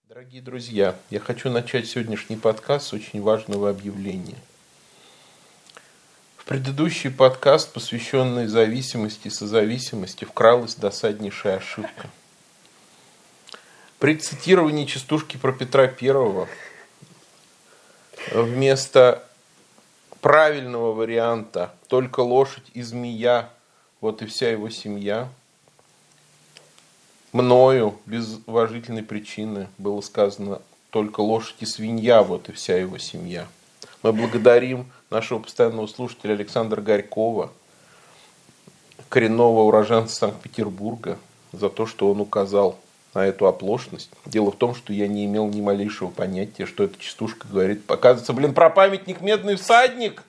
Дорогие друзья, я хочу начать сегодняшний подкаст с очень важного объявления. В предыдущий подкаст, посвященный зависимости и созависимости, вкралась досаднейшая ошибка. При цитировании частушки про Петра I вместо правильного варианта «только лошадь и змея, вот и вся его семья», мною, без уважительной причины, было сказано «только лошадь и свинья, вот и вся его семья». Мы благодарим нашего постоянного слушателя Александра Горькова, коренного уроженца Санкт-Петербурга, за то, что он указал на эту оплошность. Дело в том, что я не имел ни малейшего понятия, что эта частушка говорит. Оказывается, про памятник «Медный всадник»,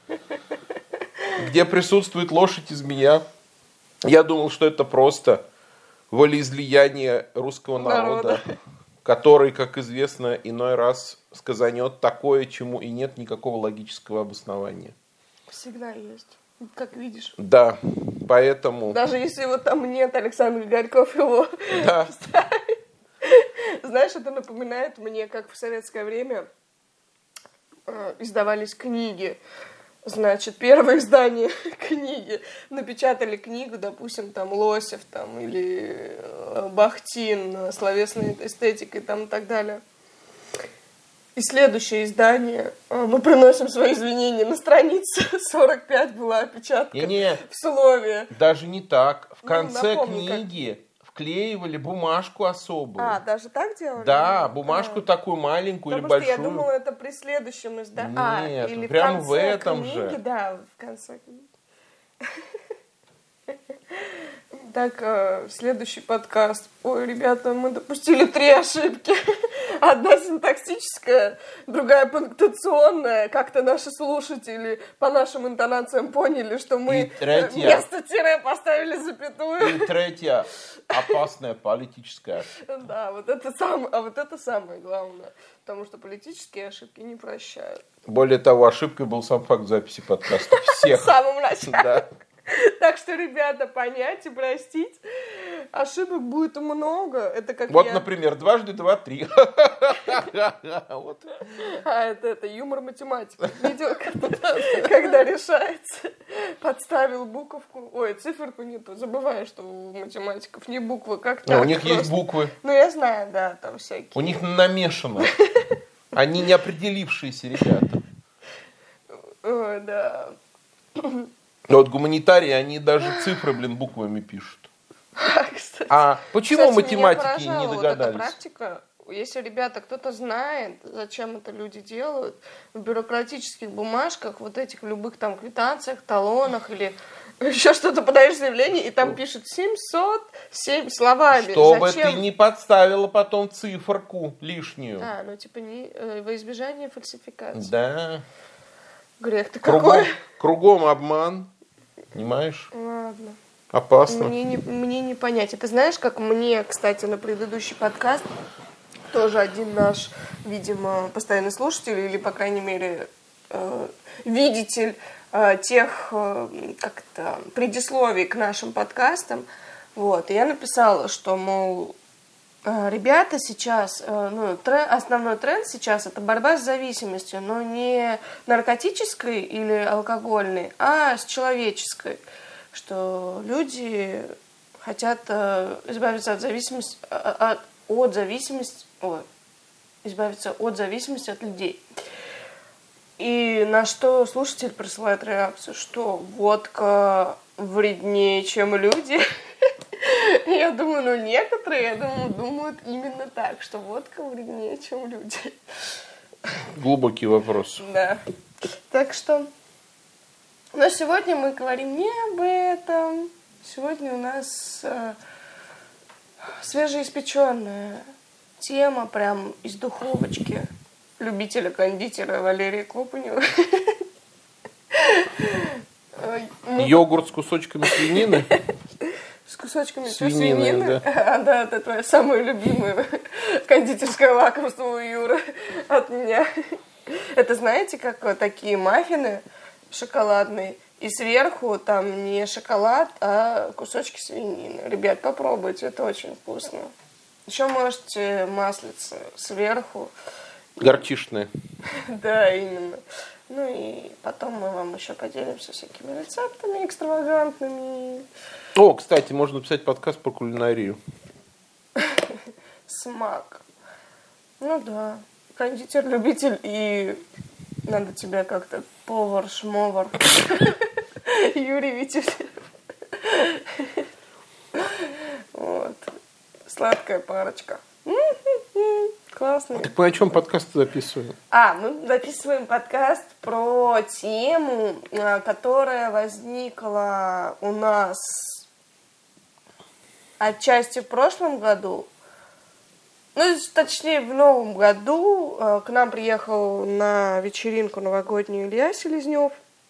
где присутствует лошадь и змея. Я думал, что это просто волеизлияние русского народа, который, как известно, иной раз сказанет такое, чему и нет никакого логического обоснования. Всегда есть, как видишь. Да, поэтому... Даже если его там нет, Александр Горьков его да. ставит. Знаешь, это напоминает мне, как в советское время издавались книги. Значит, первое издание книги. Напечатали книгу, допустим, там Лосев там, или Бахтин, словесной эстетикой там, и так далее. И следующее издание, мы приносим свои извинения, на странице 45 была опечатка в слове. Даже не так. В конце книги вклеивали бумажку особую. А, даже так делали? Да, бумажку такую маленькую или большую. Потому что я думала, это при следующем издании. Нет, или прямо в в этом книги, же. Да, в конце книги. Так, следующий подкаст. Ой, ребята, мы допустили 3 ошибки. Одна синтаксическая, другая пунктуационная. Как-то наши слушатели по нашим интонациям поняли, что мы вместо тире поставили запятую. И третья опасная политическая ошибка. Да, вот это самое главное. Потому что политические ошибки не прощают. Более того, ошибкой был сам факт записи подкаста. Всех. В самом начале. Да. Так что, ребята, понять и простить. Ошибок будет много. Это как вот, например, 2 × 2 = 3. Вот. А это юмор математики. Видел, когда решается, подставил буковку. Ой, циферку нету. Забываю, что у математиков не буквы. Как так? У них есть буквы. Ну, я знаю, да, там всякие. У них намешано. Они не определившиеся ребята. Ой, да. Вот гуманитарии, они даже цифры, буквами пишут. Кстати, а почему математики меня не вот догадались? эта практика, если, ребята, кто-то знает, зачем это люди делают, в бюрократических бумажках, вот этих любых там квитанциях, талонах или еще что-то подаешь заявление, и там пишут 707 словами. Чтобы зачем? ты не подставила потом циферку лишнюю. А, ну типа во избежание фальсификации. Да. Грех-то какой? Кругом обман. Понимаешь? Ладно. Опасно. Мне не понять. Это знаешь, как мне, кстати, на предыдущий подкаст тоже один наш, видимо, постоянный слушатель или, по крайней мере, видитель тех как-то предисловий к нашим подкастам. Вот. И я написала, что, мол, ребята сейчас, основной тренд сейчас это борьба с зависимостью, но не наркотической или алкогольной, а с человеческой. Что люди хотят избавиться избавиться от зависимости от людей. И на что слушатель присылает реакцию, что водка вреднее, чем люди. Я думаю, некоторые, думают именно так, что водка вреднее, чем люди. Глубокий вопрос. Да. Так что... Но сегодня мы говорим не об этом. Сегодня у нас свежеиспеченная тема прям из духовочки любителя-кондитера Валерия Клопанева. Йогурт с кусочками свинины? С кусочками свинины. Да. Да, это твое самое любимое кондитерское лакомство у Юры от меня. Это знаете, как такие маффины шоколадные, и сверху там не шоколад, а кусочки свинины. Ребят, попробуйте, это очень вкусно. Еще можете маслице сверху. Горчичные. Да, именно. Ну и потом мы вам еще поделимся всякими рецептами экстравагантными. О, кстати, можно написать подкаст про кулинарию. Смак. Ну да. Кондитер-любитель, и надо тебя как-то повар-шмовар. Юрий Витюшев. Вот. Сладкая парочка. Классно. Так мы о чем подкаст записываем? Мы записываем подкаст про тему, которая возникла у нас отчасти в прошлом году. Ну, точнее, в новом году к нам приехал на вечеринку новогоднюю Илья Селезнев.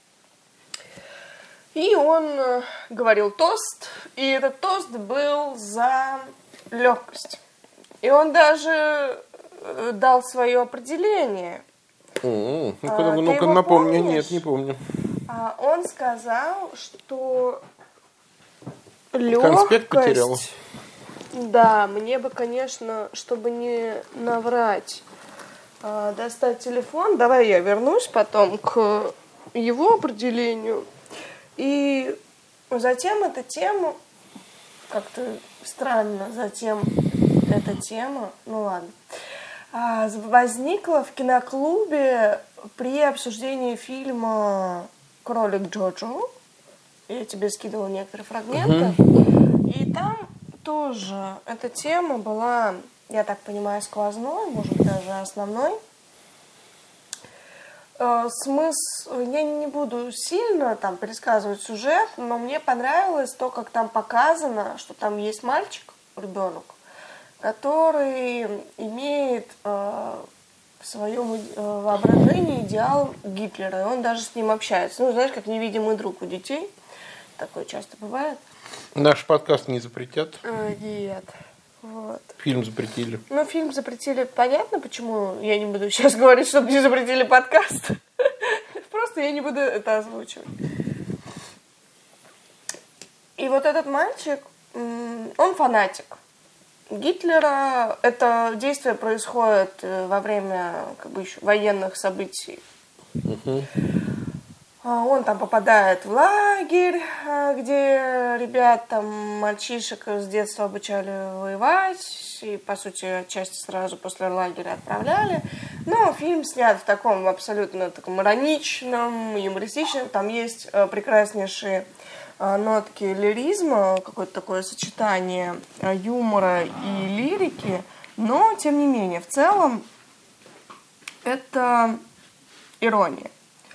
И он говорил тост, и этот тост был за легкость. И он даже дал свое определение. Ну-ка, напомни. Нет, не помню. Он сказал, что Конспект потерял. легкость... Да, мне бы, конечно, чтобы не наврать, достать телефон. Давай я вернусь потом к его определению. И затем эта тема, как-то странно, эта тема, ну ладно, возникла в киноклубе при обсуждении фильма «Кролик Джоджо». Я тебе скидывала некоторые фрагменты. И там тоже эта тема была, я так понимаю, сквозной, может быть, даже основной. Смысл, я не буду сильно там пересказывать сюжет, но мне понравилось то, как там показано, что там есть мальчик, ребенок, который имеет в своем воображении идеал Гитлера, и он даже с ним общается. Ну, знаешь, как невидимый друг у детей. Такое часто бывает. Наш подкаст не запретят? Нет. Вот. Фильм запретили. Ну, фильм запретили, понятно, почему. Я не буду сейчас говорить, чтобы не запретили подкаст. Просто я не буду это озвучивать. И вот этот мальчик, он фанатик Гитлера. Это действие происходит во время еще военных событий. Он там попадает в лагерь, где ребят, там, мальчишек с детства обучали воевать, и, по сути, отчасти сразу после лагеря отправляли. Но фильм снят в таком абсолютно таком ироничном, юмористичном. Там есть прекраснейшие нотки лиризма, какое-то такое сочетание юмора и лирики. Но, тем не менее, в целом, это ирония.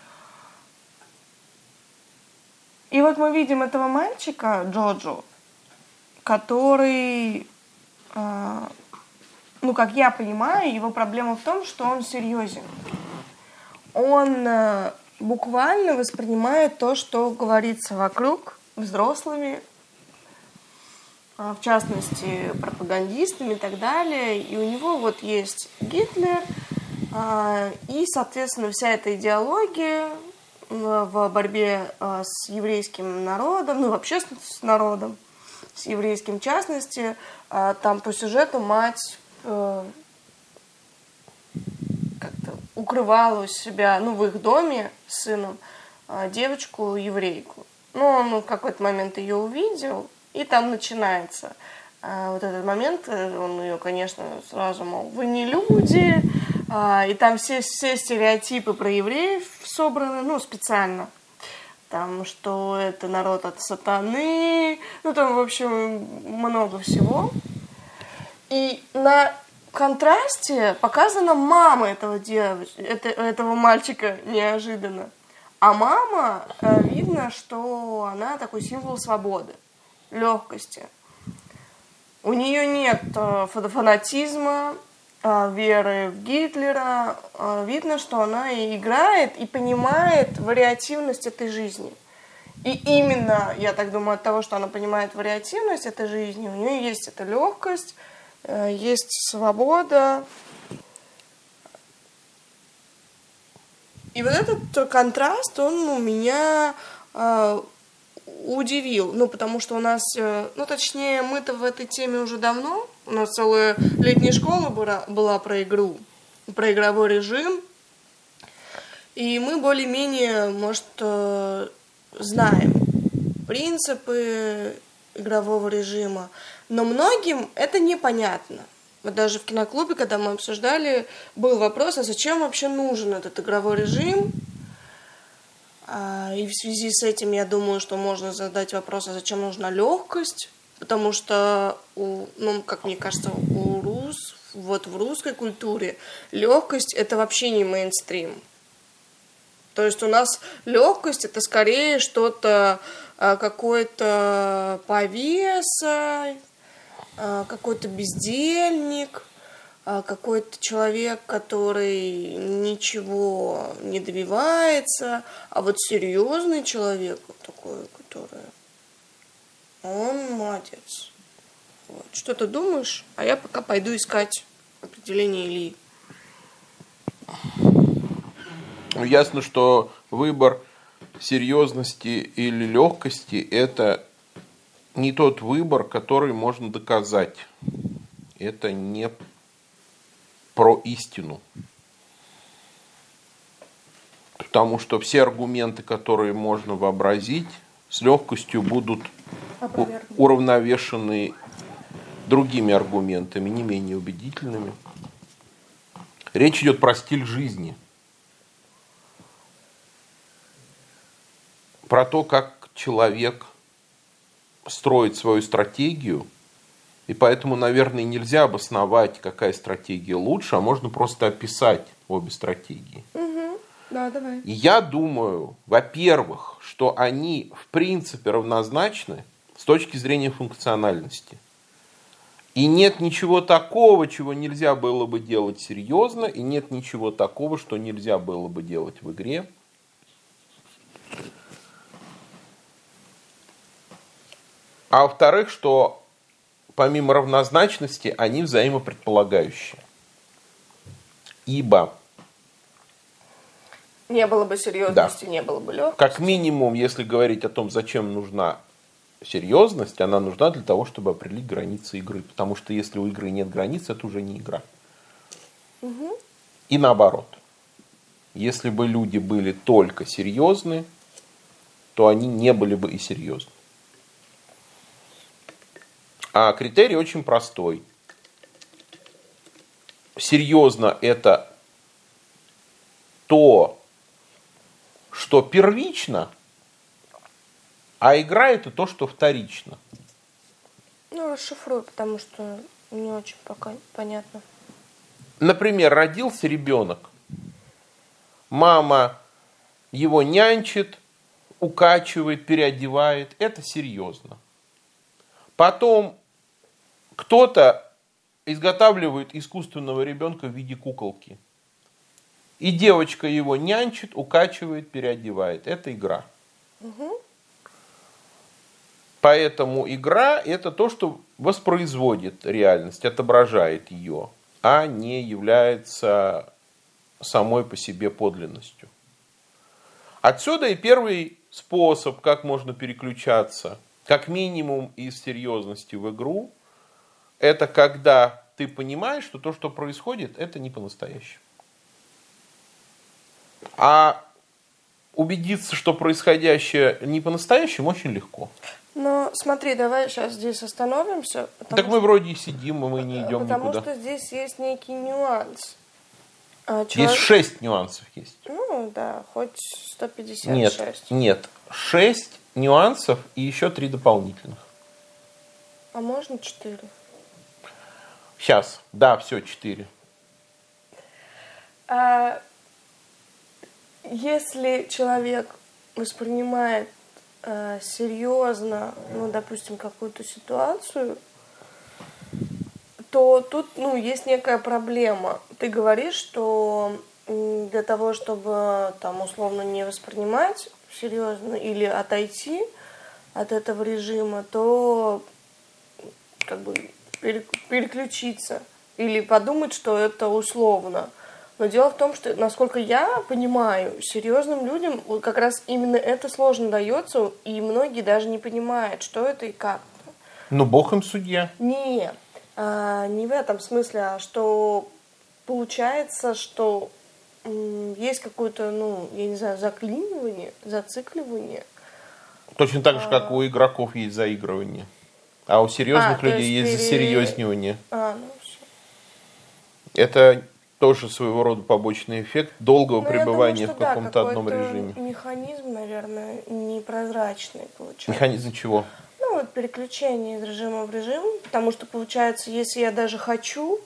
И вот мы видим этого мальчика, Джоджо, который, как я понимаю, его проблема в том, что он серьезен. Он буквально воспринимает то, что говорится вокруг взрослыми, в частности, пропагандистами и так далее. И у него вот есть Гитлер, и, соответственно, вся эта идеология в борьбе с еврейским народом, ну, вообще с народом, с еврейским в частности. Там по сюжету мать как-то укрывала у себя, в их доме с сыном девочку-еврейку. Он в какой-то момент ее увидел, и там начинается вот этот момент. Он ее, конечно, сразу, мол, вы не люди. И там все стереотипы про евреев собраны, специально. Там, что это народ от сатаны. Там, в общем, много всего. И на контрасте показана мама этого мальчика неожиданно. А мама, видно, что она такой символ свободы, легкости. У нее нет фанатизма, веры в Гитлера. Видно, что она играет и понимает вариативность этой жизни. И именно, я так думаю, от того, что она понимает вариативность этой жизни, у нее есть эта легкость, есть свобода. И вот этот контраст, он у меня удивил. Ну, потому что у нас, ну, точнее, мы-то в этой теме уже давно. У нас целая летняя школа была про игру, про игровой режим. И мы более-менее, может, знаем принципы игрового режима. Но многим это непонятно. Вот даже в киноклубе, когда мы обсуждали, был вопрос, а зачем вообще нужен этот игровой режим? И в связи с этим я думаю, что можно задать вопрос, а зачем нужна легкость? Потому что, ну, как мне кажется, вот в русской культуре легкость это вообще не мейнстрим. То есть у нас легкость это скорее что-то, какой-то повеса, какой-то бездельник, какой-то человек, который ничего не добивается, а вот серьезный человек, вот такой, который, он молодец. Вот. Что ты думаешь? А я пока пойду искать определение Ильи. Ясно, что выбор серьезности или легкости – это не тот выбор, который можно доказать. Это не про истину. Потому что все аргументы, которые можно вообразить, с легкостью будут уравновешены другими аргументами, не менее убедительными. Речь идет про стиль жизни. Про то, как человек строит свою стратегию. И поэтому, наверное, нельзя обосновать, какая стратегия лучше, а можно просто описать обе стратегии. Угу. Да, давай. И я думаю, во-первых, что они в принципе равнозначны с точки зрения функциональности. И нет ничего такого, чего нельзя было бы делать серьезно, и нет ничего такого, что нельзя было бы делать в игре. А во-вторых, что помимо равнозначности, они взаимопредполагающие. Ибо не было бы серьезности, да. Не было бы легкости. Как минимум, если говорить о том, зачем нужна серьезность, она нужна для того, чтобы определить границы игры. Потому что если у игры нет границ, это уже не игра. Угу. И наоборот. Если бы люди были только серьезны, то они не были бы и серьезны. А критерий очень простой. Серьезно это то, что первично, а игра это то, что вторично. Ну, расшифруй, потому что не очень пока понятно. Например, родился ребенок. Мама его нянчит, укачивает, переодевает. Это серьезно. Потом кто-то изготавливает искусственного ребенка в виде куколки. И девочка его нянчит, укачивает, переодевает. Это игра. Угу. Поэтому игра это то, что воспроизводит реальность, отображает ее, а не является самой по себе подлинностью. Отсюда и первый способ, как можно переключаться, как минимум из серьезности в игру, это когда ты понимаешь, что то, что происходит, это не по-настоящему. А убедиться, что происходящее не по-настоящему, очень легко. Ну, смотри, давай сейчас здесь остановимся. Так мы вроде и сидим, и мы не идем потому никуда. Потому что здесь есть некий нюанс. Есть 6 нюансов есть. Ну, да, хоть 156. Нет, 6 нюансов и еще 3 дополнительных. А можно 4? Сейчас, да, все, 4. Если человек воспринимает серьезно, ну, допустим, какую-то ситуацию, то тут, ну, есть некая проблема. Ты говоришь, что для того, чтобы там условно не воспринимать серьезно или отойти от этого режима, то как бы переключиться или подумать, что это условно. Но дело в том, что, насколько я понимаю, серьезным людям вот как раз именно это сложно дается, и многие даже не понимают, что это и как. Ну, Бог им судья. Не в этом смысле, а что получается, что есть какое-то, я не знаю, заклинивание, зацикливание. Точно так же, как у игроков есть заигрывание. А у серьезных людей есть засерьезнивание. Все. Это тоже своего рода побочный эффект долгого пребывания в каком-то одном режиме. Механизм, наверное, непрозрачный получается. Механизм чего? Вот переключение из режима в режим, потому что получается, если я даже хочу,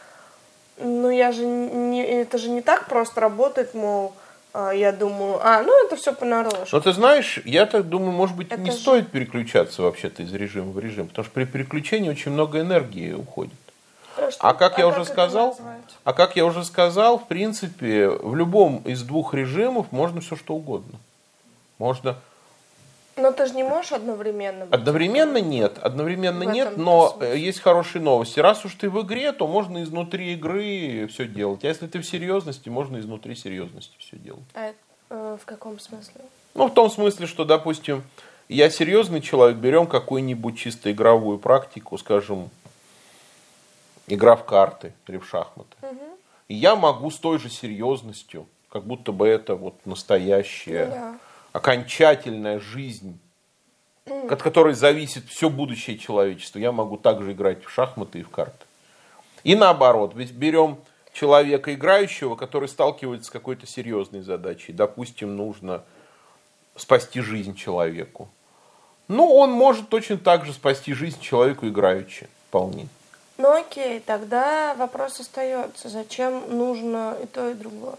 это же не так просто работает, мол, я думаю, это все понарошку. Но ты знаешь, я так думаю, может быть, не стоит переключаться вообще-то из режима в режим, потому что при переключении очень много энергии уходит. Как я уже сказал, в принципе, в любом из двух режимов можно все что угодно. Можно. Но ты же не можешь одновременно быть. Одновременно нет, но есть хорошие новости. Раз уж ты в игре, то можно изнутри игры все делать. А если ты в серьезности, можно изнутри серьезности все делать. В каком смысле? В том смысле, что, допустим, я серьезный человек, берем какую-нибудь чисто игровую практику, скажем, игра в карты или в шахматы. И я могу с той же серьезностью, как будто бы это вот настоящая, окончательная жизнь, от которой зависит все будущее человечества, я могу также играть в шахматы и в карты. И наоборот, ведь берем человека играющего, который сталкивается с какой-то серьезной задачей. Допустим, нужно спасти жизнь человеку. Он может точно так же спасти жизнь человеку играючи, вполне. Окей, тогда вопрос остается, зачем нужно и то, и другое?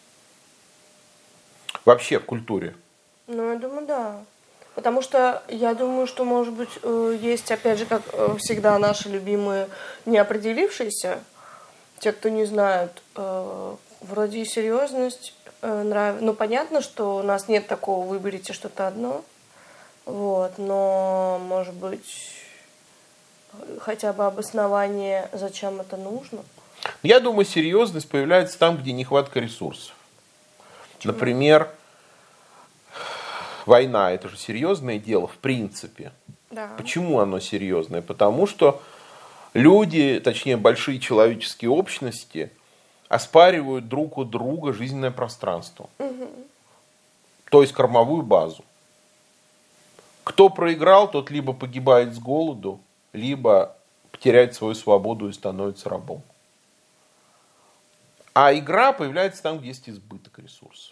Вообще в культуре. Я думаю, да. Потому что я думаю, что, может быть, есть, опять же, как всегда, наши любимые неопределившиеся, те, кто не знают, вроде и серьезность нравится. Понятно, что у нас нет такого, выберите что-то одно, но, может быть, хотя бы обоснование, зачем это нужно. Я думаю, серьезность появляется там, где нехватка ресурсов. Почему? Например, война – это же серьезное дело, в принципе. Да. Почему оно серьезное? Потому что люди, точнее, большие человеческие общности оспаривают друг у друга жизненное пространство. То есть кормовую базу. Кто проиграл, тот либо погибает с голоду, либо теряет свою свободу и становится рабом. А игра появляется там, где есть избыток ресурсов.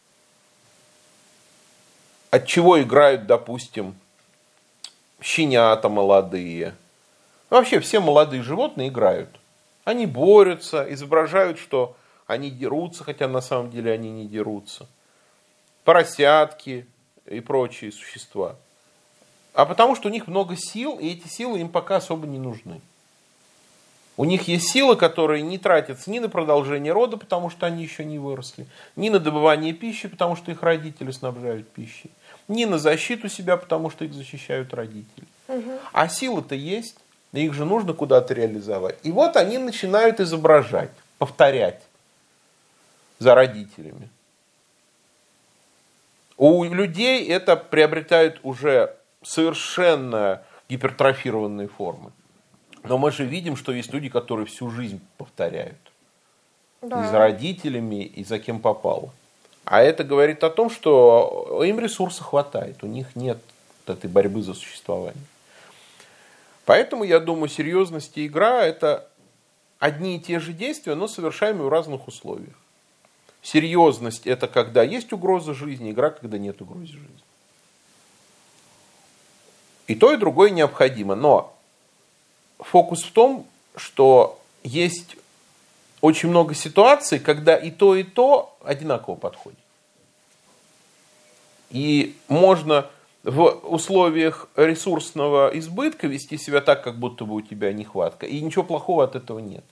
От чего играют, допустим, щенята молодые. Вообще все молодые животные играют. Они борются, изображают, что они дерутся, хотя на самом деле они не дерутся. Поросятки и прочие существа. А потому что у них много сил, и эти силы им пока особо не нужны. У них есть силы, которые не тратятся ни на продолжение рода, потому что они еще не выросли, ни на добывание пищи, потому что их родители снабжают пищей, ни на защиту себя, потому что их защищают родители. А силы-то есть, и их же нужно куда-то реализовать. И вот они начинают изображать, повторять за родителями. У людей это приобретает уже совершенно гипертрофированные формы. Но мы же видим, что есть люди, которые всю жизнь повторяют. Да. И за родителями, и за кем попало. А это говорит о том, что им ресурса хватает. У них нет вот этой борьбы за существование. Поэтому, я думаю, серьезность и игра – это одни и те же действия, но совершаемые в разных условиях. Серьезность – это когда есть угроза жизни, игра – когда нет угрозы жизни. И то, и другое необходимо. Но фокус в том, что есть очень много ситуаций, когда и то одинаково подходит. И можно в условиях ресурсного избытка вести себя так, как будто бы у тебя нехватка. И ничего плохого от этого нет.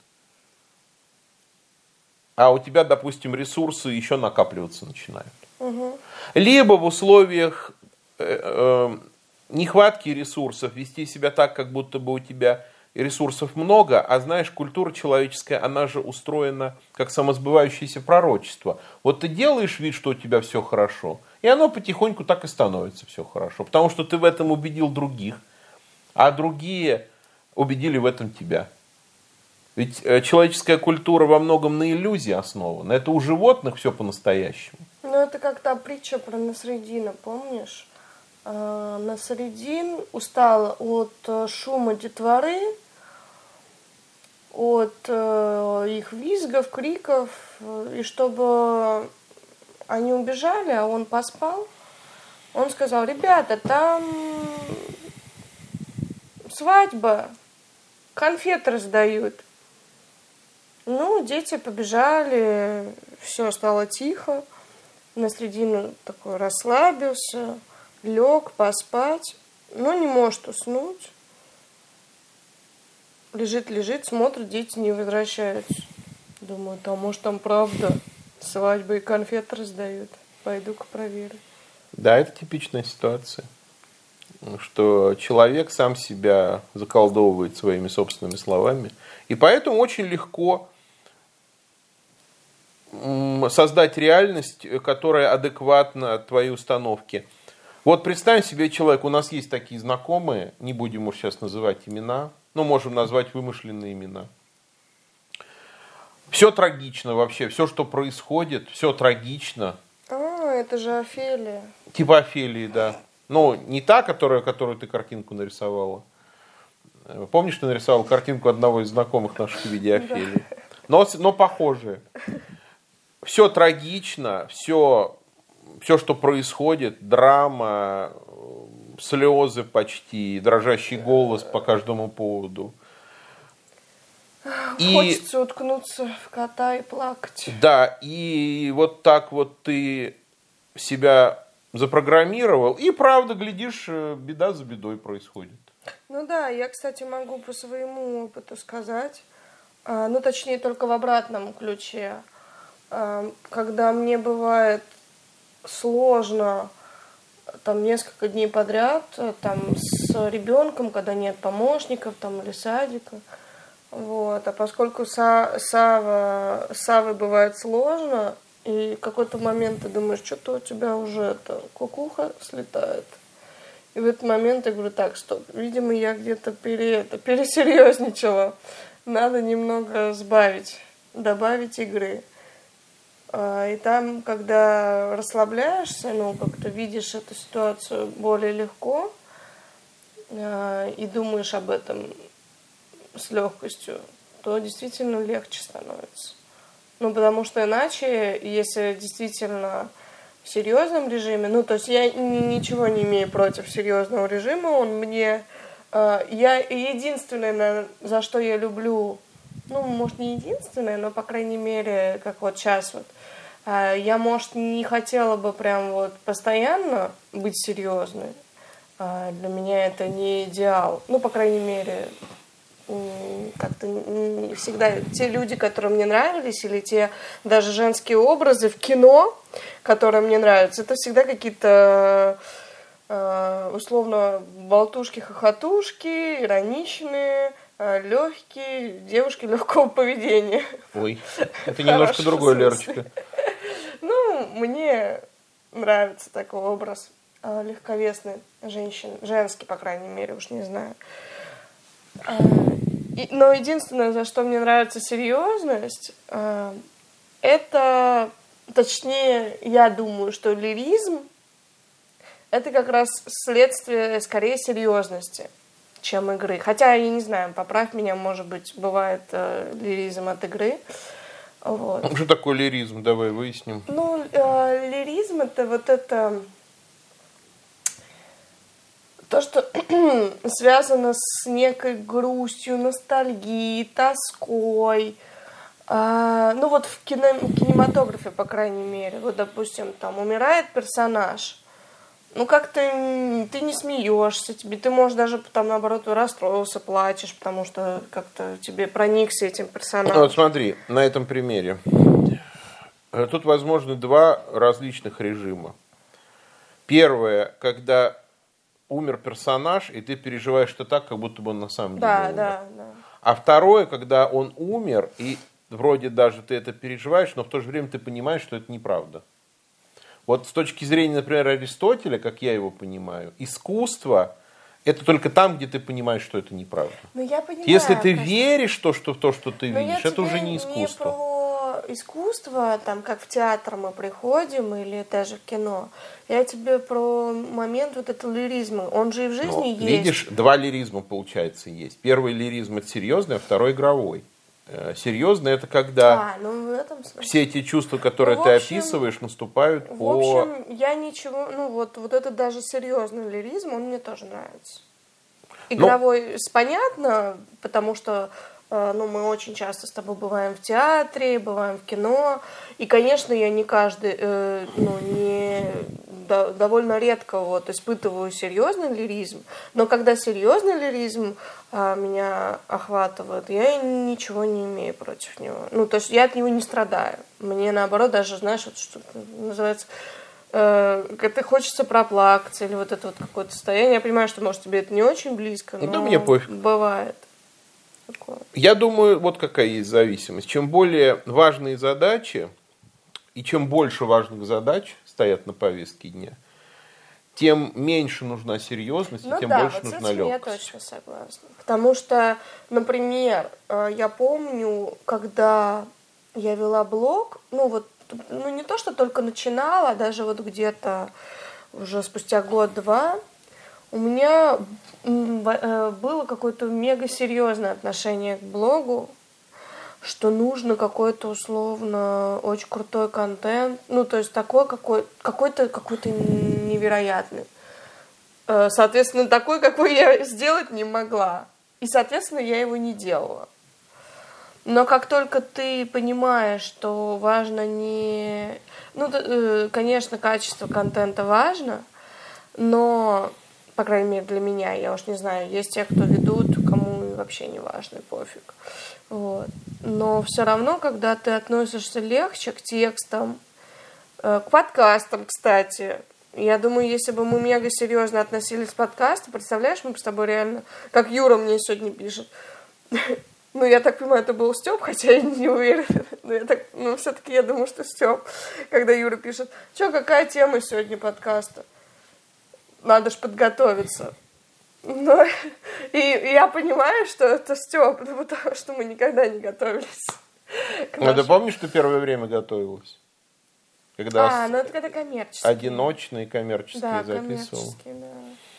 А у тебя, допустим, ресурсы еще накапливаться начинают. Либо в условиях нехватки ресурсов вести себя так, как будто бы у тебя ресурсов много, а знаешь, культура человеческая, она же устроена как самосбывающееся пророчество. Вот ты делаешь вид, что у тебя все хорошо, и оно потихоньку так и становится все хорошо. Потому что ты в этом убедил других, а другие убедили в этом тебя. Ведь человеческая культура во многом на иллюзии основана. Это у животных все по-настоящему. Ну, это как та притча про Насреддина, помнишь? Насреддин устал от шума детворы, от их визгов, криков, и чтобы они убежали, а он поспал, он сказал: ребята, там свадьба, конфеты раздают. Ну, дети побежали, все стало тихо. Насреддин такой расслабился, лег поспать, но не может уснуть. Лежит, смотрит, дети не возвращаются. Думаю, может там правда свадьба и конфеты раздают. Пойду-ка проверю. Да, это типичная ситуация. Что человек сам себя заколдовывает своими собственными словами. И поэтому очень легко создать реальность, которая адекватна твоей установке. Вот представим себе человек, у нас есть такие знакомые, не будем уж сейчас называть имена, но можем назвать вымышленные имена. Все трагично вообще, все, что происходит, все трагично. Это же Офелия. Типа Офелии, да. Ну, не та, которую ты картинку нарисовала. Помнишь, ты нарисовал картинку одного из знакомых наших в виде Офелии? Но похожие. Все трагично, все, что происходит, драма, слезы почти, дрожащий голос по каждому поводу. Хочется уткнуться в кота и плакать. Да, и вот так вот ты себя запрограммировал, и правда, глядишь, беда за бедой происходит. Ну да, я, кстати, могу по своему опыту сказать, ну точнее только в обратном ключе. Когда мне бывает сложно там несколько дней подряд там с ребенком, когда нет помощников там или садика, вот, а поскольку Саввой бывает сложно, и в какой-то момент ты думаешь, что-то у тебя уже кукуха слетает. И в этот момент я говорю: так, стоп, видимо, я где-то пересерьезничала. Надо немного добавить игры. И там, когда расслабляешься, как-то видишь эту ситуацию более легко и думаешь об этом с легкостью, то действительно легче становится. Потому что иначе, если действительно в серьезном режиме, то есть я ничего не имею против серьезного режима, он мне... Я единственное, за что я люблю, может, не единственное, но, по крайней мере, как вот сейчас вот, я, может, не хотела бы прям вот постоянно быть серьезной. Для меня это не идеал. По крайней мере, как-то не всегда те люди, которые мне нравились, или те даже женские образы в кино, которые мне нравятся, это всегда какие-то условно болтушки-хохотушки, ироничные, легкие, девушки легкого поведения. Ой, это немножко другое, Лерочка. Мне нравится такой образ легковесной женщины, женский, по крайней мере, уж не знаю. Но единственное, за что мне нравится серьезность, это, точнее, я думаю, что лиризм — это как раз следствие скорее серьезности, чем игры. Хотя, я не знаю, поправь меня, может быть, бывает лиризм от игры. Вот. Что такое лиризм? Давай выясним. Лиризм — это вот это... То, что связано с некой грустью, ностальгией, тоской. Вот в кинематографе, по крайней мере. Вот, допустим, там умирает персонаж. Как-то ты не смеешься, ты можешь даже там, наоборот, расстроился, плачешь, потому что как-то тебе проникся этим персонажем. Вот смотри, на этом примере. Тут возможны два различных режима. Первое, когда умер персонаж, и ты переживаешь это так, как будто бы он на самом деле умер. Да. А второе, когда он умер, и вроде даже ты это переживаешь, но в то же время ты понимаешь, что это неправда. Вот с точки зрения, например, Аристотеля, как я его понимаю, искусство – это только там, где ты понимаешь, что это неправда. Ну, я понимаю, если ты конечно. веришь в то, что ты Но видишь, я это уже тебе не искусство. Не про искусство, там, как в театр мы приходим, или даже в кино. Я тебе про момент вот этого лиризма. Он же и в жизни есть. Видишь, два лиризма, получается, есть. Первый лиризм – это серьезный, а второй – игровой. Серьезный – это когда в этом смысле. все эти чувства, которые ты описываешь, наступают в по... общем, я ничего... вот это даже серьезный лиризм, он мне тоже нравится. Игровой, понятно, потому что мы очень часто с тобой бываем в театре, бываем в кино. И, конечно, я не каждый, довольно редко испытываю серьезный лиризм. Но когда серьезный лиризм меня охватывает, я ничего не имею против него. То есть я от него не страдаю. Мне, наоборот, даже, знаешь, что называется... Когда хочется проплакаться или это какое-то состояние. Я понимаю, что, может, тебе это не очень близко, но да мне пофиг. Бывает. Такое. Я думаю, вот какая есть зависимость. Чем более важные задачи, и чем больше важных задач стоят на повестке дня, тем меньше нужна серьезность, и тем больше нужна легкость. Я точно согласна. Потому что, например, я помню, когда я вела блог, не то, что только начинала, даже где-то уже спустя год-два, у меня было какое-то мега серьезное отношение к блогу, что нужно какой-то условно очень крутой контент, то есть такой какой-то невероятный. Соответственно, такой, какой я сделать не могла. И, соответственно, я его не делала. Но как только ты понимаешь, что важно не... конечно, качество контента важно, но, по крайней мере, для меня, я уж не знаю, есть те, кто ведут, кому вообще не важно, пофиг. Но все равно, когда ты относишься легче к текстам, к подкастам, кстати, я думаю, если бы мы мега серьезно относились к подкасту, представляешь, мы бы с тобой реально, как Юра мне сегодня пишет, я так понимаю, это был Стёп, хотя я не уверена. Но все-таки я думаю, что Стёп, когда Юра пишет, какая тема сегодня подкаста? Надо ж подготовиться. И я понимаю, что это Стёп, потому что мы никогда не готовились. Ты помнишь, что первое время готовилась? Когда это когда коммерческие. Одиночные коммерческие записывал. Коммерческие, да.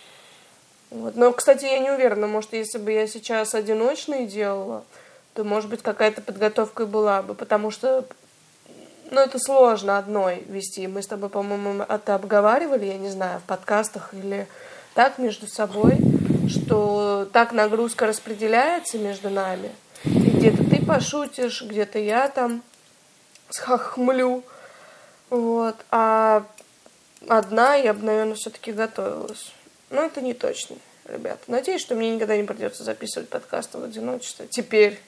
Но, кстати, я не уверена, может, если бы я сейчас одиночные делала, то, может быть, какая-то подготовка и была бы, потому что, это сложно одной вести. Мы с тобой, по-моему, это обговаривали, я не знаю, в подкастах или так между собой, что так нагрузка распределяется между нами. И где-то ты пошутишь, где-то я там схохмлю, а одна я бы, наверное, все-таки готовилась. Но это не точно, ребята. Надеюсь, что мне никогда не придется записывать подкасты в одиночестве. Теперь.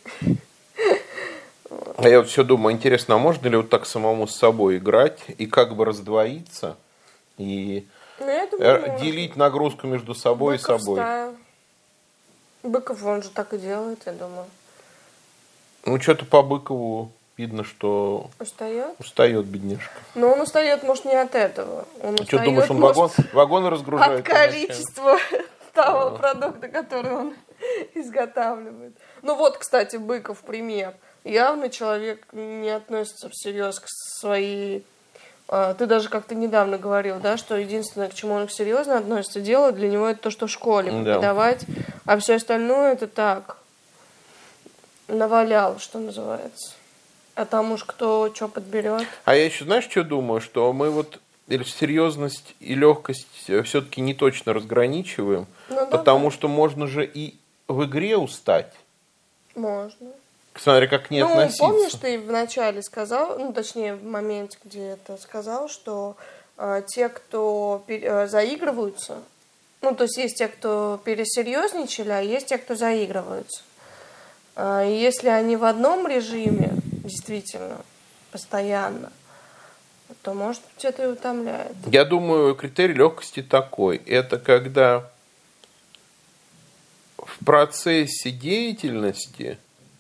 А я все думаю, интересно, а можно ли так самому с собой играть и как бы раздвоиться и делить нагрузку между собой Быков и собой? Стайл. Быков, он же так и делает, я думаю. Что-то по Быкову видно, что устает бедняжка. Но он устает, может, не от этого. Что думаешь, он вагоны разгружает? От количества того продукта, который он изготавливает. Кстати, Быков пример. Явно человек не относится всерьез к своей... Ты даже как-то недавно говорил, да, что единственное, к чему он серьезно относится, делать для него это то, что в школе преподавать, а все остальное это так, навалял, что называется. А там уж кто что подберет. А я еще, знаешь, что думаю? Что мы серьезность и легкость все-таки не точно разграничиваем, потому что можно же и в игре устать. Можно. Смотри, как к ней относиться. Помнишь, ты вначале сказал, точнее, в моменте, где это сказал, что те, кто заигрываются, то есть есть те, кто пересерьезничали, а есть те, кто заигрываются. Если они в одном режиме, действительно, постоянно, то, может быть, это и утомляет. Я думаю, критерий легкости такой. Это когда в процессе деятельности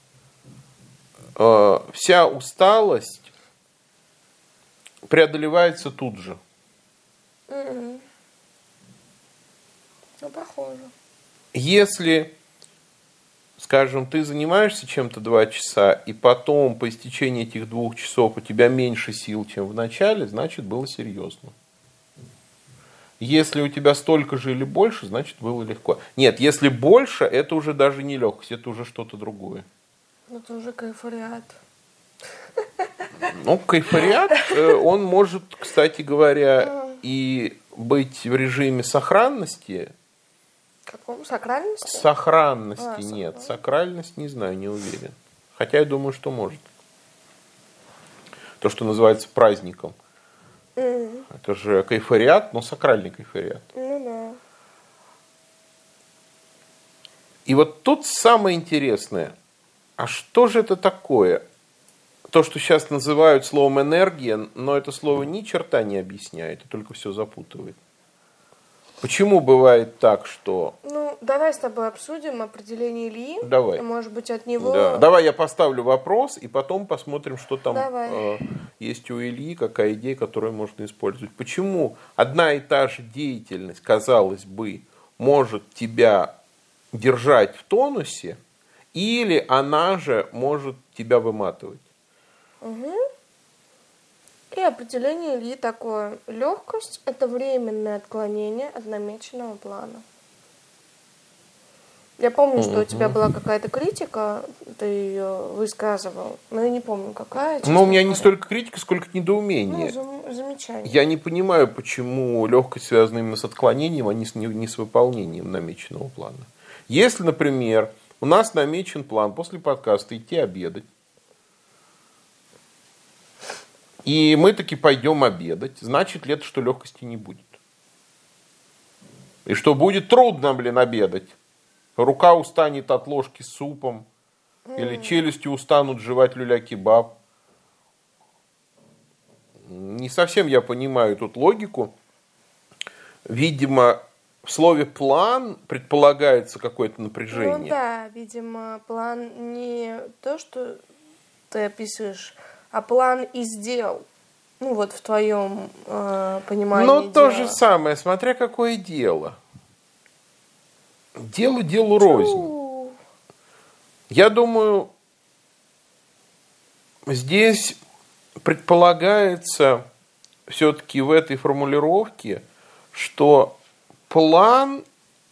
вся усталость преодолевается тут же. Ну, похоже. Если, скажем, ты занимаешься чем-то 2 часа, и потом по истечении этих 2 часов у тебя меньше сил, чем в начале, значит, было серьезно. Если у тебя столько же или больше, значит, было легко. Нет, если больше, это уже даже не легкость, это уже что-то другое. Это уже кайфариат. Ну, кайфариат, он может, кстати говоря, и быть в режиме сохранности. Каком? Сакральности? Сохранности нет. Сакральность не знаю, не уверен. Хотя я думаю, что может. То, что называется праздником. Это же кайфариат, но сакральный кайфариат. Ну да. И вот тут самое интересное. А что же это такое? То, что сейчас называют словом энергия, но это слово ни черта не объясняет, а только все запутывает. Почему бывает так, что... Ну, давай с тобой обсудим определение Ильи. Давай. Может быть, от него... Да. Давай я поставлю вопрос, и потом посмотрим, что там Давай. есть у Ильи, какая идея, которую можно использовать. Почему одна и та же деятельность, казалось бы, может тебя держать в тонусе, или она же может тебя выматывать? Угу. И определение Ильи такое. Легкость – это временное отклонение от намеченного плана. Я помню, что у тебя была какая-то критика, ты ее высказывал, но я не помню, какая. Ну, у меня не столько критика, сколько недоумение. Ну, замечание. Я не понимаю, почему легкость связана именно с отклонением, а не с выполнением намеченного плана. Если, например, у нас намечен план после подкаста идти обедать, и мы таки пойдем обедать, значит ли это, что легкости не будет? И что будет трудно, обедать? Рука устанет от ложки с супом, или челюсти устанут жевать люля-кебаб. Не совсем я понимаю тут логику. Видимо, в слове «план» предполагается какое-то напряжение. Ну да, видимо, план не то, что ты описываешь, а план из дел. Ну вот в твоем понимании. Но то же самое, смотря какое дело. Дело делу рознь. Я думаю, здесь предполагается все-таки в этой формулировке, что план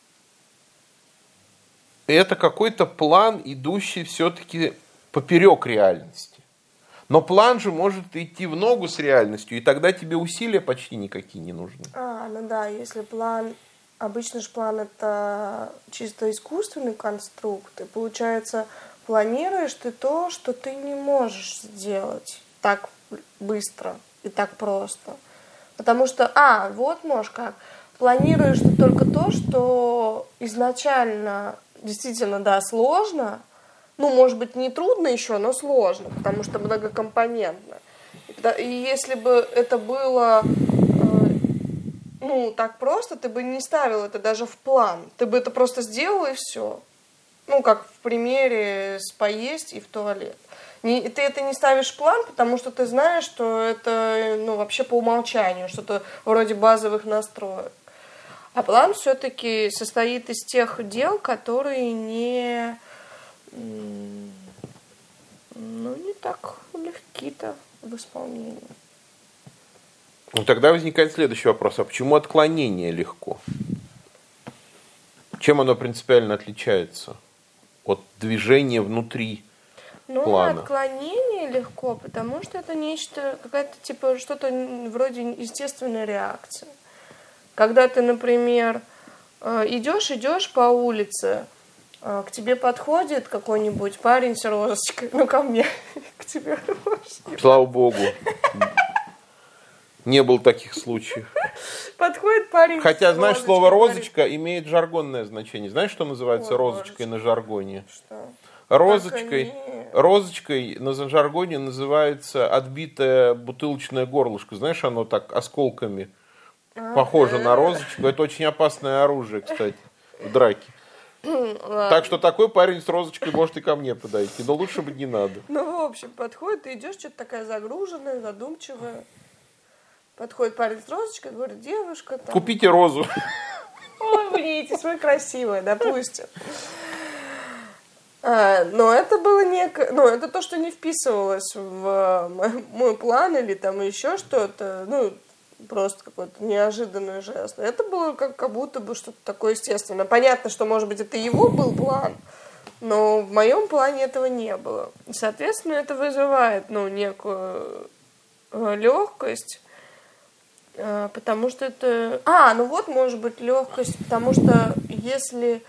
– это какой-то план, идущий все-таки поперек реальности. Но план же может идти в ногу с реальностью, и тогда тебе усилия почти никакие не нужны. Ну да, если план... Обычно же план – это чисто искусственный конструкт, и получается, планируешь ты то, что ты не можешь сделать так быстро и так просто. Потому что, вот можешь как, планируешь ты только то, что изначально действительно, да, сложно, ну, может быть, не трудно еще, но сложно, потому что многокомпонентно. И если бы это было... так просто, ты бы не ставил это даже в план. Ты бы это просто сделал, и все. Ну, как в примере с поесть и в туалет. Ты это не ставишь в план, потому что ты знаешь, что это, вообще по умолчанию, что-то вроде базовых настроек. А план все-таки состоит из тех дел, которые не так легки-то в исполнении. Тогда возникает следующий вопрос. А почему отклонение легко? Чем оно принципиально отличается от движения внутри плана? Отклонение легко, потому что это нечто, какая-то что-то вроде естественной реакции. Когда ты, например, идешь по улице, к тебе подходит какой-нибудь парень с розочкой, ко мне, к тебе розочкой. Слава богу. Не было таких случаев. Подходит парень. Хотя, знаешь, слово «розочка» имеет жаргонное значение. Знаешь, что называется розочкой на жаргоне? Что? Розочкой на жаргоне называется отбитое бутылочное горлышко. Знаешь, оно так осколками похоже на розочку. Это очень опасное оружие, кстати, в драке. Так что такой парень с розочкой может и ко мне подойти, но лучше бы не надо. Ну, в общем, подходит, ты идешь, что-то такая загруженная, задумчивая. Подходит парень с розочкой, говорит, девушка... Там... Купите розу. Ой, блин, свой красивая, допустим. Но это было ну, это то, что не вписывалось в мой план или там еще что-то, ну, просто какой-то неожиданный жест. Это было как будто бы что-то такое естественное. Понятно, что, может быть, это его был план, но в моем плане этого не было. И, соответственно, это вызывает, ну, некую легкость, потому что это... ну вот, может быть, легкость, потому что если...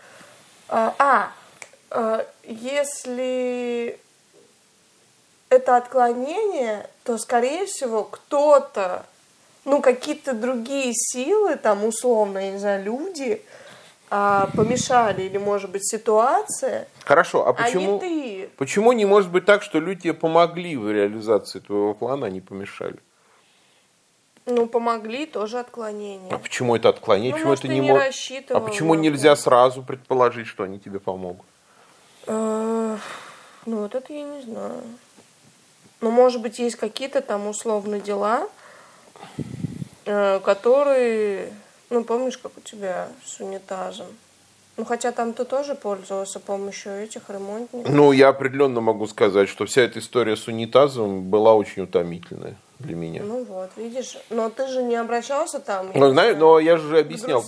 Если это отклонение, то, скорее всего, кто-то, ну, какие-то другие силы, там, условно, я не знаю, люди помешали, или, может быть, ситуация. Хорошо, а почему, а не ты. Почему не может быть так, что люди тебе помогли в реализации твоего плана, а не помешали? Ну, помогли, тоже отклонение. А почему это отклонение? Ну, почему может, это ты не рассчитывал. А почему нельзя сразу предположить, что они тебе помогут? Ну, вот это я не знаю. Ну, может быть, есть какие-то там условные дела, которые... Ну, помнишь, как у тебя с унитазом? Ну, хотя там ты тоже пользовался помощью этих ремонтников. Ну, я определенно могу сказать, что вся эта история с унитазом была очень утомительная для меня. Ну вот, видишь, но ты же не обращался там. Ну, знаю, но я же объяснял,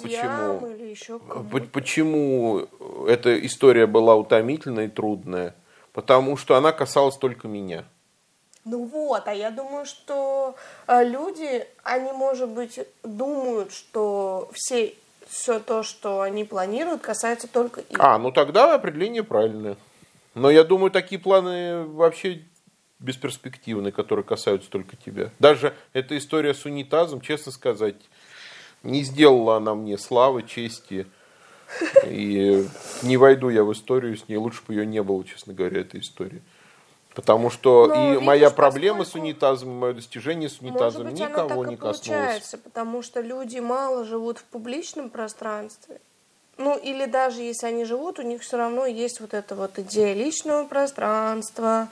почему эта история была утомительная и трудная. Потому что она касалась только меня. Ну вот, а я думаю, что люди, они, может быть, думают, что все то, что они планируют, касается только их. Ну тогда определение правильное. Но я думаю, такие планы вообще бесперспективные, которые касаются только тебя. Даже эта история с унитазом, честно сказать, не сделала она мне славы, чести. И не войду я в историю с ней. Лучше бы ее не было, честно говоря, этой истории. Потому что моя проблема с унитазом, и мое достижение с унитазом никого не коснулось. Получается, потому что люди мало живут в публичном пространстве. Ну, или даже если они живут, у них все равно есть вот эта вот идея личного пространства,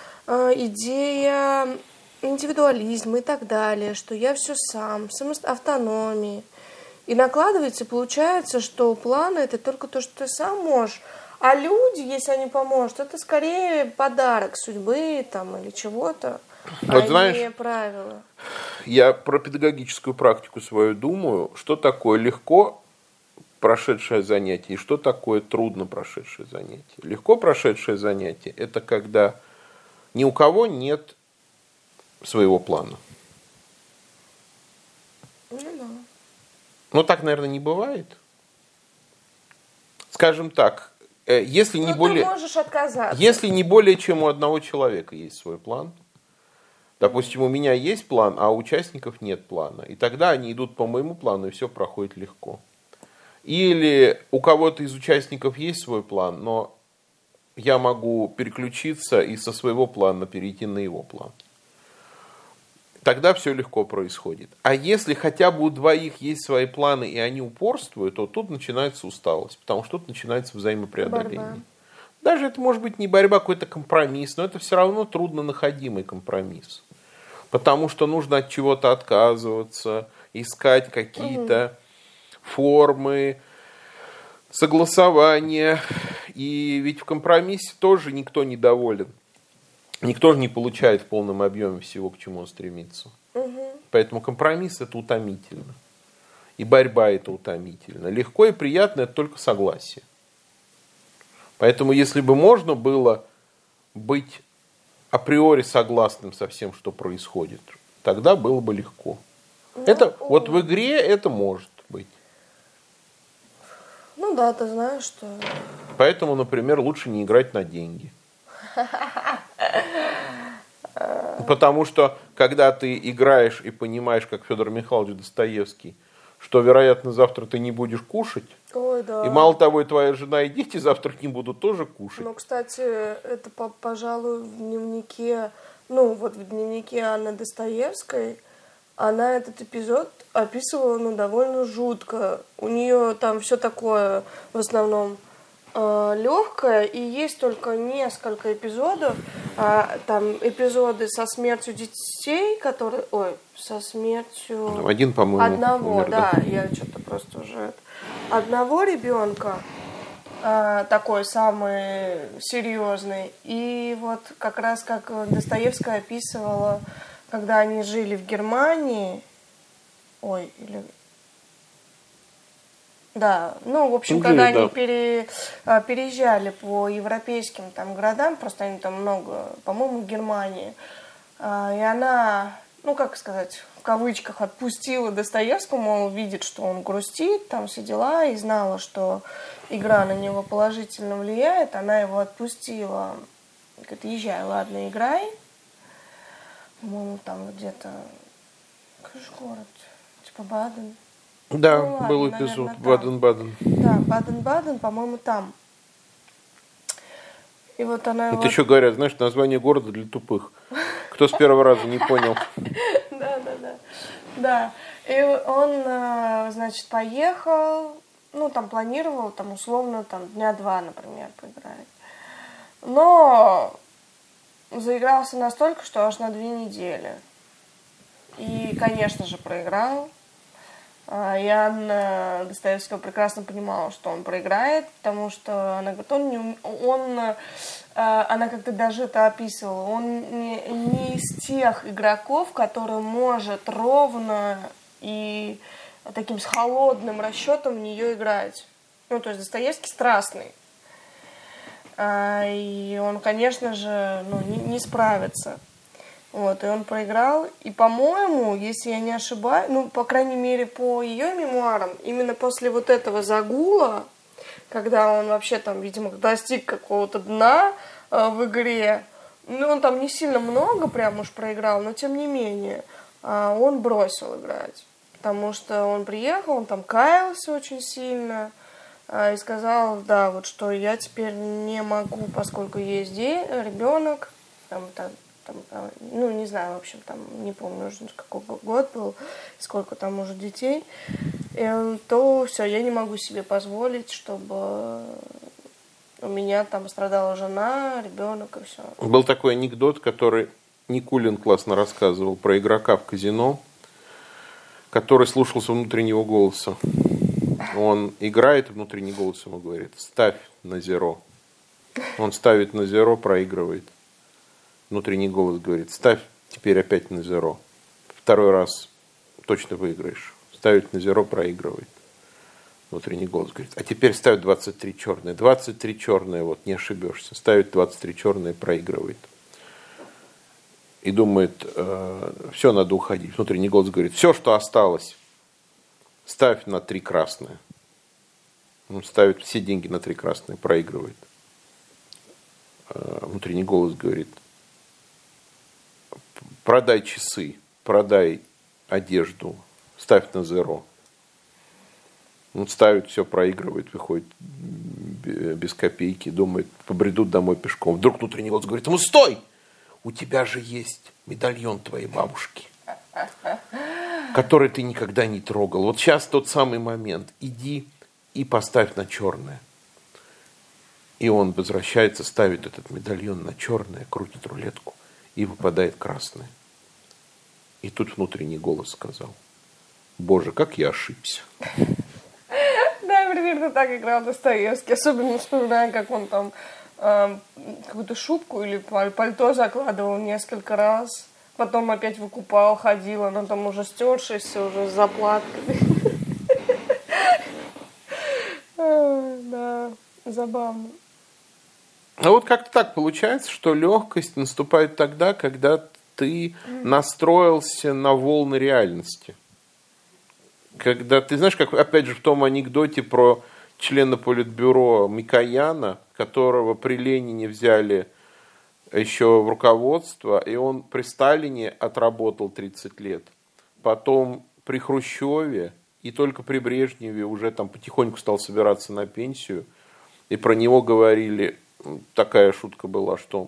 идея индивидуализма и так далее, что я все сам, автономии. И накладывается, получается, что планы — это только то, что ты сам можешь. А люди, если они помогут, это скорее подарок судьбы там, или чего-то, вот знаешь, не правило. Я про педагогическую практику свою думаю, что такое легко прошедшее занятие и что такое трудно прошедшее занятие. Легко прошедшее занятие – это когда ни у кого нет своего плана. Ну да. Ну так, наверное, не бывает. Скажем так, если не более... ты можешь отказаться. Если не более чем у одного человека есть свой план, допустим, у меня есть план, а у участников нет плана, и тогда они идут по моему плану, и все проходит легко. Или у кого-то из участников есть свой план, но я могу переключиться и со своего плана перейти на его план. Тогда все легко происходит. А если хотя бы у двоих есть свои планы, и они упорствуют, то тут начинается усталость, потому что тут начинается взаимопреодоление. Борьба. Даже это может быть не борьба, какой-то компромисс, но это все равно трудно находимый компромисс. Потому что нужно от чего-то отказываться, искать какие-то формы согласования. И ведь в компромиссе тоже никто не доволен. Никто же не получает в полном объеме всего, к чему он стремится. Поэтому компромисс – это утомительно. И борьба – это утомительно. Легко и приятно – это только согласие. Поэтому, если бы можно было быть априори согласным со всем, что происходит, тогда было бы легко. Вот в игре это может быть. Ну да, ты знаешь, что... Поэтому, например, лучше не играть на деньги. Потому что, когда ты играешь и понимаешь, как Федор Михайлович Достоевский, что, вероятно, завтра ты не будешь кушать, Ой, да. И мало того, и твоя жена, и дети завтра не будут тоже кушать. Ну, кстати, это, пожалуй, в дневнике, в дневнике Анны Достоевской, она этот эпизод описывала, довольно жутко. У нее там все такое, в основном, легкая, и есть только несколько эпизодов. Там эпизоды со смертью детей, которые... Ой, со смертью... Один, по-моему, одного, умер, да. Я что-то просто уже... Одного ребенка, такой самый серьезный. И вот как раз как Достоевская описывала, когда они жили в Германии... Ой, или... Да, ну, в общем, когда они переезжали по европейским там городам, просто они там много, по-моему, в Германии, и она, ну, как сказать, в кавычках отпустила Достоевского, мол, видит, что он грустит, там все дела, и знала, что игра на него положительно влияет, она его отпустила, говорит, езжай, ладно, играй, по-моему, там где-то, какой же город, типа Баден. Да, ну, ладно, был эпизод наверное, Баден-Баден. Да, Баден-Баден, по-моему, там. И вот она... Это еще говорят, знаешь, название города для тупых. Кто с первого раза не понял. Да. И он, значит, поехал, ну, там планировал, там, условно, там, дня 2, например, поиграть. Но заигрался настолько, что аж на 2 недели. И, конечно же, проиграл. И Анна Достоевского прекрасно понимала, что он проиграет, потому что она говорит, она как-то даже это описывала, он не из тех игроков, который может ровно и таким с холодным расчетом в нее играть. Ну, то есть Достоевский страстный. И он, конечно же, не справится. Вот, и он проиграл. И, по-моему, если я не ошибаюсь, ну, по крайней мере, по ее мемуарам, именно после вот этого загула, когда он вообще там, видимо, достиг какого-то дна в игре, ну, он там не сильно много прям уж проиграл, но тем не менее, он бросил играть. Потому что он приехал, он там каялся очень сильно и сказал, да, вот что я теперь не могу, поскольку есть ребенок, ну, не знаю, в общем, там, не помню уже, какой год был, сколько там уже детей, то все, я не могу себе позволить, чтобы у меня там страдала жена, ребенок и все. Был такой анекдот, который Никулин классно рассказывал про игрока в казино, который слушался внутреннего голоса. Он играет, и внутренний голос ему говорит, ставь на зеро. Он ставит на зеро, проигрывает. Внутренний голос говорит, ставь теперь опять на зеро. Второй раз точно выиграешь. Ставит на зеро, проигрывает. Внутренний голос говорит, а теперь ставь 23 черные. 23 черные, вот, не ошибешься. Ставит 23 черные, проигрывает. И думает, все, надо уходить. Внутренний голос говорит, все, что осталось, ставь на 3 красные. Он ставит все деньги на 3 красные, проигрывает. Внутренний голос говорит, продай часы, продай одежду, ставь на зеро. Он ставит, все проигрывает, выходит без копейки, думает, побредут домой пешком. Вдруг внутренний голос говорит ему, стой! У тебя же есть медальон твоей бабушки, который ты никогда не трогал. Вот сейчас тот самый момент. Иди и поставь на черное. И он возвращается, ставит этот медальон на черное, крутит рулетку, и выпадает красное. И тут внутренний голос сказал, Боже, как я ошибся. Да, примерно так играл Достоевский. Особенно вспоминаю, как он там какую-то шубку или пальто закладывал несколько раз. Потом опять выкупал, ходил. Оно там уже стершееся, уже с заплатками. Да, забавно. А вот как-то так получается, что легкость наступает тогда, когда ты настроился на волны реальности. Когда ты знаешь, как опять же в том анекдоте про члена политбюро Микояна, которого при Ленине взяли еще в руководство, и он при Сталине отработал 30 лет. Потом при Хрущеве и только при Брежневе уже там потихоньку стал собираться на пенсию. И про него говорили, такая шутка была, что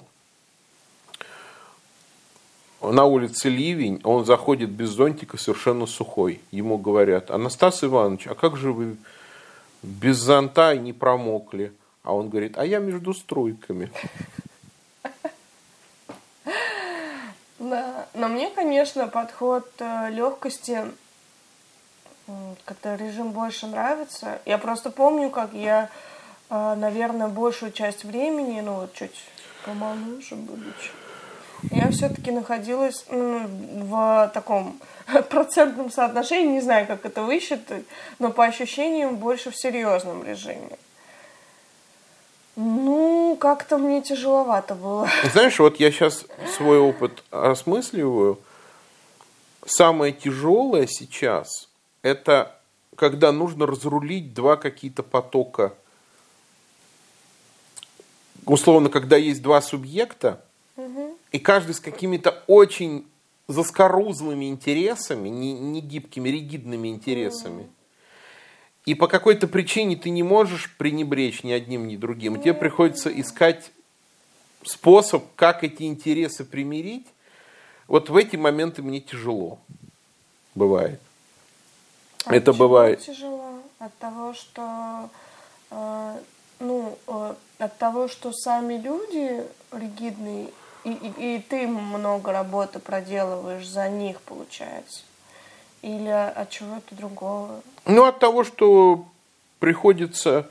на улице ливень, он заходит без зонтика совершенно сухой. Ему говорят, Анастас Иванович, а как же вы без зонта и не промокли? А он говорит, а я между струйками. Да, но мне, конечно, подход легкости, как-то режим больше нравится. Я просто помню, как я, наверное, большую часть времени, ну вот чуть помоложе будучи, я все-таки находилась в таком процентном соотношении, не знаю, как это высчитать, но по ощущениям больше в серьезном режиме. Ну, как-то мне тяжеловато было. Знаешь, вот я сейчас свой опыт осмысливаю. Самое тяжелое сейчас – это когда нужно разрулить два какие-то потока. Условно, когда есть два субъекта, и каждый с какими-то очень заскорузлыми интересами, не гибкими, ригидными интересами. И по какой-то причине ты не можешь пренебречь ни одним, ни другим. И тебе приходится искать способ, как эти интересы примирить. Вот в эти моменты мне тяжело. Бывает. Это бывает. Тяжело? От того, что от того, что сами люди ригидные, и ты много работы проделываешь за них, получается. Или от чего-то другого? Ну, от того, что приходится,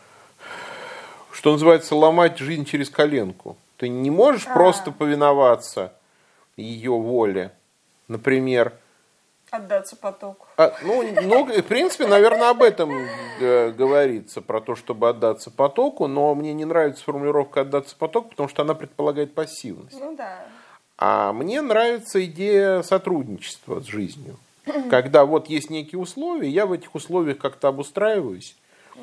что называется, ломать жизнь через коленку. Ты не можешь просто повиноваться ее воле. Например, отдаться потоку. В принципе, наверное, об этом говорится, про то, чтобы отдаться потоку, но мне не нравится формулировка «отдаться потоку», потому что она предполагает пассивность. Ну да. А мне нравится идея сотрудничества с жизнью. Когда вот есть некие условия, я в этих условиях как-то обустраиваюсь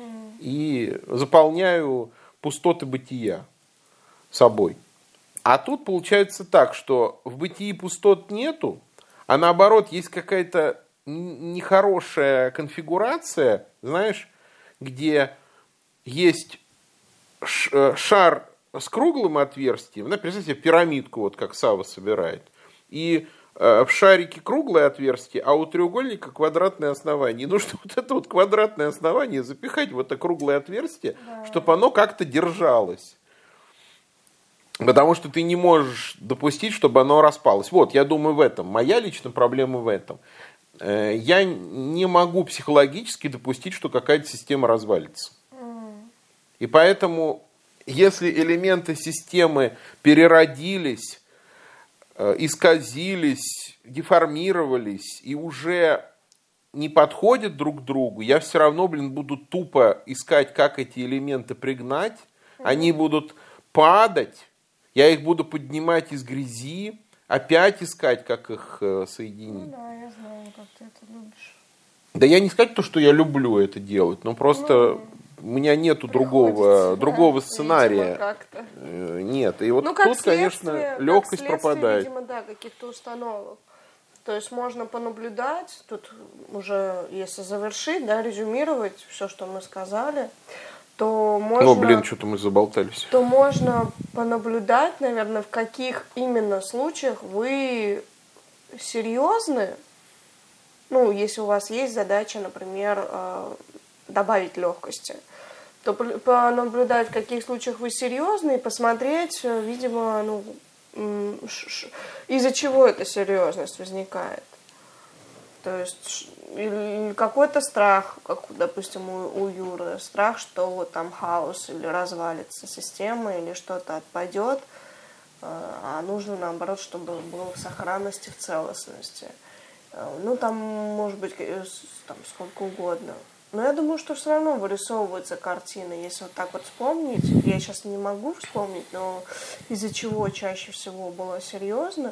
и заполняю пустоты бытия собой. А тут получается так, что в бытии пустот нету, а наоборот есть какая-то нехорошая конфигурация, знаешь, где есть шар с круглым отверстием, представьте себе пирамидку, вот как Сава собирает, и в шарике круглое отверстие, а у треугольника квадратное основание. И нужно вот это вот квадратное основание запихать в это круглое отверстие, чтобы оно как-то держалось. Потому что ты не можешь допустить, чтобы оно распалось. Вот, я думаю, в этом. Моя личная проблема в этом. Я не могу психологически допустить, что какая-то система развалится. И поэтому, если элементы системы переродились, исказились, деформировались и уже не подходят друг к другу, я все равно, буду тупо искать, как эти элементы пригнать. Они будут падать, я их буду поднимать из грязи, опять искать, как их соединить. Ну да, я знаю, как ты это любишь. Да я не сказать то, что я люблю это делать, но просто у меня нету другого сценария. Как-то. Нет. И вот тут, конечно, легкость пропадает. Видимо, да, каких-то установок. То есть можно понаблюдать, тут уже, если завершить, да, резюмировать все, что мы сказали, то можно... что-то мы заболтались. То можно понаблюдать, наверное, в каких именно случаях вы серьезны. Ну, если у вас есть задача, например, добавить легкости, то понаблюдать, в каких случаях вы серьезны, и посмотреть, видимо, из-за чего эта серьезность возникает. То есть какой-то страх, как, допустим, у Юры, страх, что вот там хаос или развалится система, или что-то отпадет, а нужно, наоборот, чтобы было в сохранности, в целостности. Ну, там, может быть, там, сколько угодно. Но я думаю, что все равно вырисовывается картина. Если вот так вот вспомнить, я сейчас не могу вспомнить, но из-за чего чаще всего было серьезно,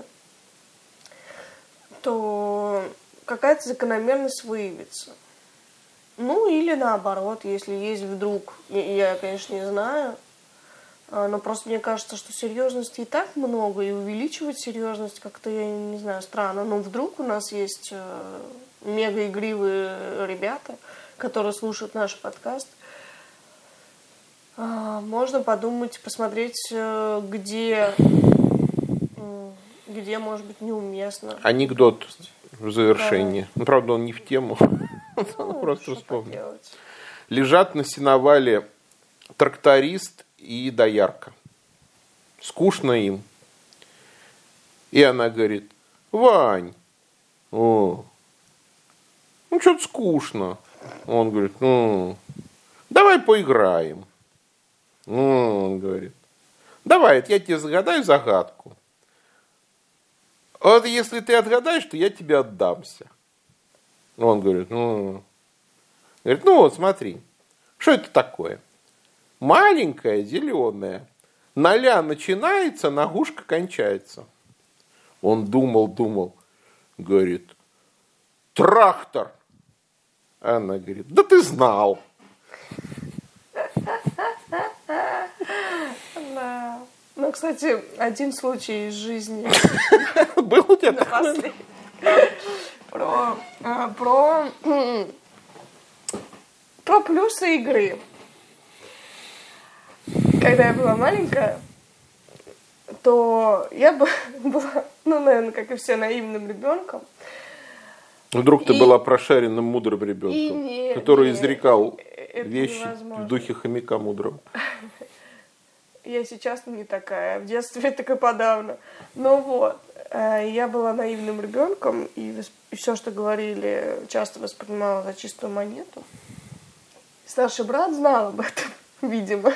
то какая-то закономерность выявится. Ну, или наоборот, если есть вдруг, я, конечно, не знаю, но просто мне кажется, что серьезности и так много, и увеличивать серьезность как-то, я не знаю, странно. Но вдруг у нас есть мега игривые ребята, которые слушают наш подкаст. Можно подумать, посмотреть, где, может быть, неуместно. Анекдот в завершении. Да. Ну, правда, он не в тему. Просто вспомнил. Лежат на сеновале тракторист и доярка. Скучно им. И она говорит: Вань, ну что-то скучно. Он говорит: давай поиграем. Он говорит: давай, я тебе загадаю загадку. Вот если ты отгадаешь, то я тебе отдамся. Он говорит: говорит, вот смотри, что это такое? Маленькая, зеленая. На ля начинается, на гушка кончается. Он думал, говорит: трактор. Она говорит: да ты знал. Да. Ну, кстати, один случай из жизни. Был у тебя такой? Про плюсы игры. Когда я была маленькая, то я была, наверное, как и все, наивным ребенком. Вдруг ты была прошаренным, мудрым ребенком, который изрекал вещи невозможно. в духе хомяка мудрого. Я сейчас не такая, в детстве так и подавно. Ну вот, я была наивным ребенком, и все, что говорили, часто воспринимала за чистую монету. Старший брат знал об этом, видимо.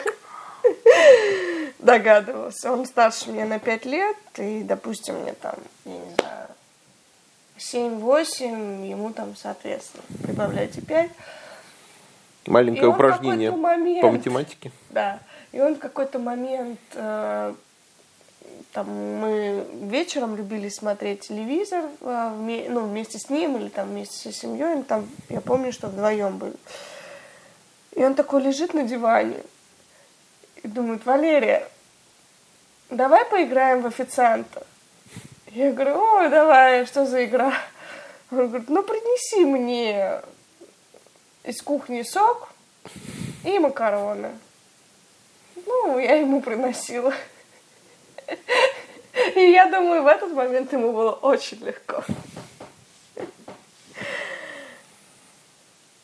Догадывался. Он старше меня на 5 лет, и, допустим, мне там, я не знаю, 7-8, ему там, соответственно, прибавляйте 5. Маленькое упражнение по математике. Да. И он в какой-то момент, там, мы вечером любили смотреть телевизор, вместе с ним или там вместе со семьей, там, я помню, что вдвоем были. И он такой лежит на диване и думает: Валерия, давай поиграем в официанта. Я говорю: ой, давай, что за игра? Он говорит: принеси мне из кухни сок и макароны. Я ему приносила. И я думаю, в этот момент ему было очень легко.